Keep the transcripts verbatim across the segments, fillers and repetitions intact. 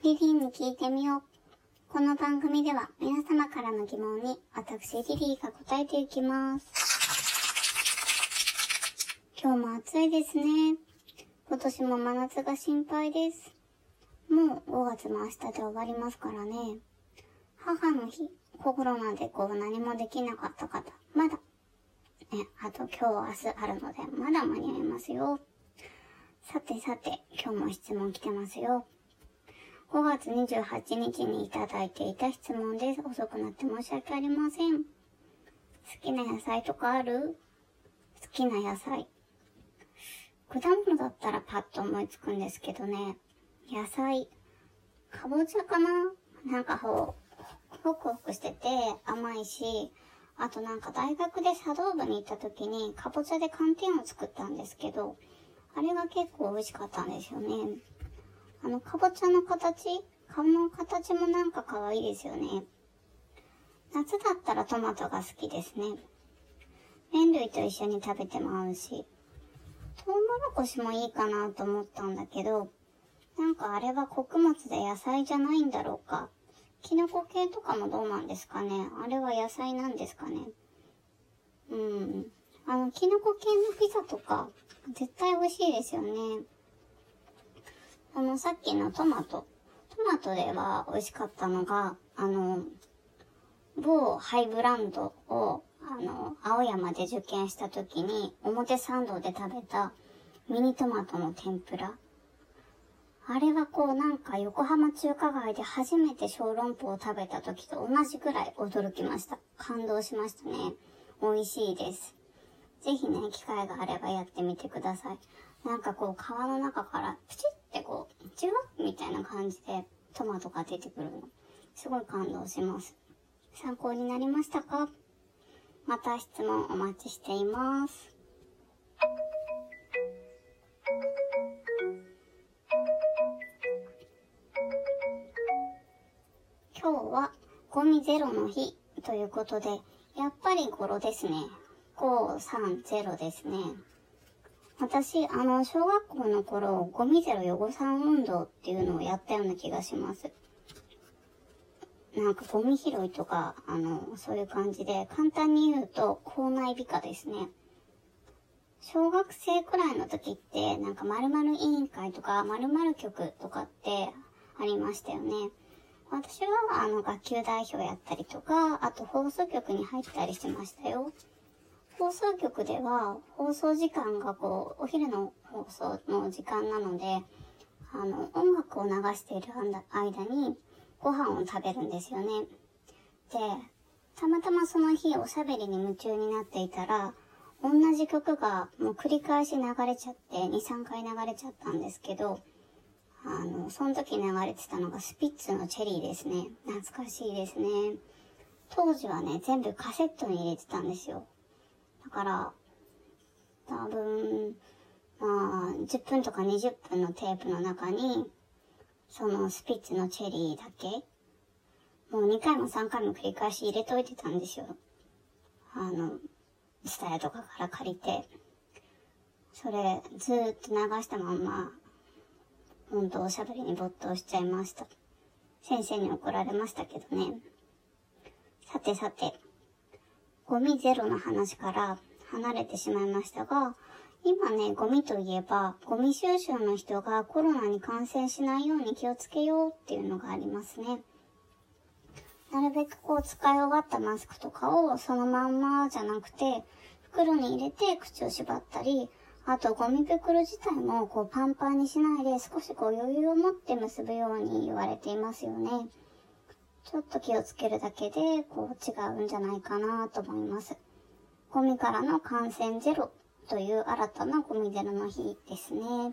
リリーに聞いてみよう。この番組では皆様からの疑問に私リリーが答えていきます。今日も暑いですね。今年も真夏が心配です。もうごがつも明日で終わりますからね。母の日、コロナでこう何もできなかった方、まだ、ね、あと今日明日あるのでまだ間に合いますよ。さてさて、今日も質問来てますよ。ごがつにじゅうはちにちにいただいていた質問です。遅くなって申し訳ありません。好きな野菜とかある？好きな野菜。果物だったらパッと思いつくんですけどね。野菜。かぼちゃかな？なんかこう、ホクホクしてて甘いし、あとなんか大学で茶道部に行った時にかぼちゃで寒天を作ったんですけど、あれが結構美味しかったんですよね。あの、かぼちゃの形、顔の形もなんか可愛いですよね。夏だったらトマトが好きですね。麺類と一緒に食べても合うし、トウモロコシもいいかなと思ったんだけど、なんかあれは穀物で野菜じゃないんだろうか。キノコ系とかもどうなんですかね。あれは野菜なんですかね。うん。あの、キノコ系のピザとか、絶対美味しいですよね。あの、さっきのトマト。トマトでは美味しかったのが、あの、某ハイブランドを、あの、青山で受験した時に、表参道で食べたミニトマトの天ぷら。あれはこうなんか横浜中華街で初めて小籠包を食べた時と同じぐらい驚きました。感動しましたね。美味しいです。ぜひね、機会があればやってみてください。なんかこう皮の中からプチってこう、チュワッみたいな感じでトマトが出てくるの。すごい感動します。参考になりましたか？また質問お待ちしています。今日はゴミゼロの日ということで、やっぱり語呂ですね。ごさんゼロですね。私、あの、小学校の頃、ゴミゼロ予後さん運動っていうのをやったような気がします。なんかゴミ拾いとか、あの、そういう感じで、簡単に言うと、校内美化ですね。小学生くらいの時って、なんか〇〇委員会とか、〇〇局とかってありましたよね。私は、あの、学級代表やったりとか、あと放送局に入ったりしてましたよ。放送局では、放送時間がこう、お昼の放送の時間なので、あの、音楽を流している間に、ご飯を食べるんですよね。で、たまたまその日おしゃべりに夢中になっていたら、同じ曲がもう繰り返し流れちゃって、に、さんかい流れちゃったんですけど、あの、その時流れてたのがスピッツのチェリーですね。懐かしいですね。当時はね、全部カセットに入れてたんですよ。だから、多分、まあ、じゅっぷんとかにじゅっぷんのテープの中に、そのスピッツのチェリーだけ、もうにかいもさんかいも繰り返し入れといてたんですよ。あの、スタヤとかから借りて。それ、ずーっと流したまんま、ほんとおしゃべりに没頭しちゃいました。先生に怒られましたけどね。さてさて、ゴミゼロの話から離れてしまいましたが、今ね、ゴミといえば、ゴミ収集の人がコロナに感染しないように気をつけようっていうのがありますね。なるべくこう使い終わったマスクとかをそのまんまじゃなくて、袋に入れて口を縛ったり、あとゴミ袋自体もこうパンパンにしないで少しこう余裕を持って結ぶように言われていますよね。ちょっと気をつけるだけでこう違うんじゃないかなと思います。ゴミからの感染ゼロという新たなゴミゼロの日ですね。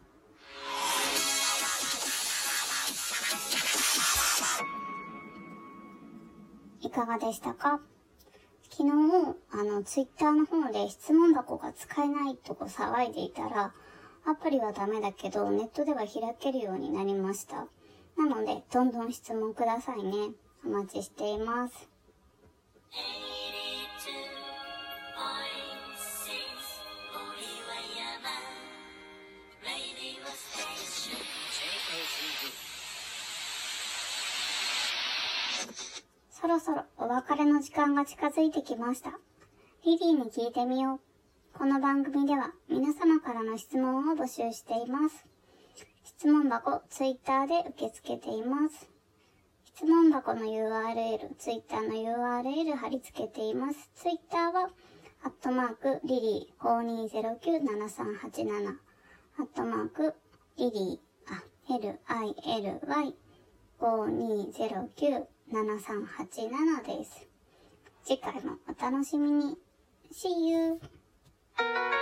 いかがでしたか？昨日、あの、ツイッターの方で質問箱が使えないとこ騒いでいたら、アプリはダメだけど、ネットでは開けるようになりました。なので、どんどん質問くださいね。お待ちしています。 別れの時間が近づいてきました。リリーに聞いてみよう。この番組では皆様からの質問を募集しています。質問箱、ツイッターで受け付けています。質問箱の ユーアールエル、ツイッターの ユーアールエル 貼り付けています。ツイッターは、アットマーク、リリーごーにーゼロきゅうななさんはちなな、アットマーク、リリー、あ、エルアイエルワイごーにーゼロきゅうななさんはちなな です。次回もお楽しみに。See you!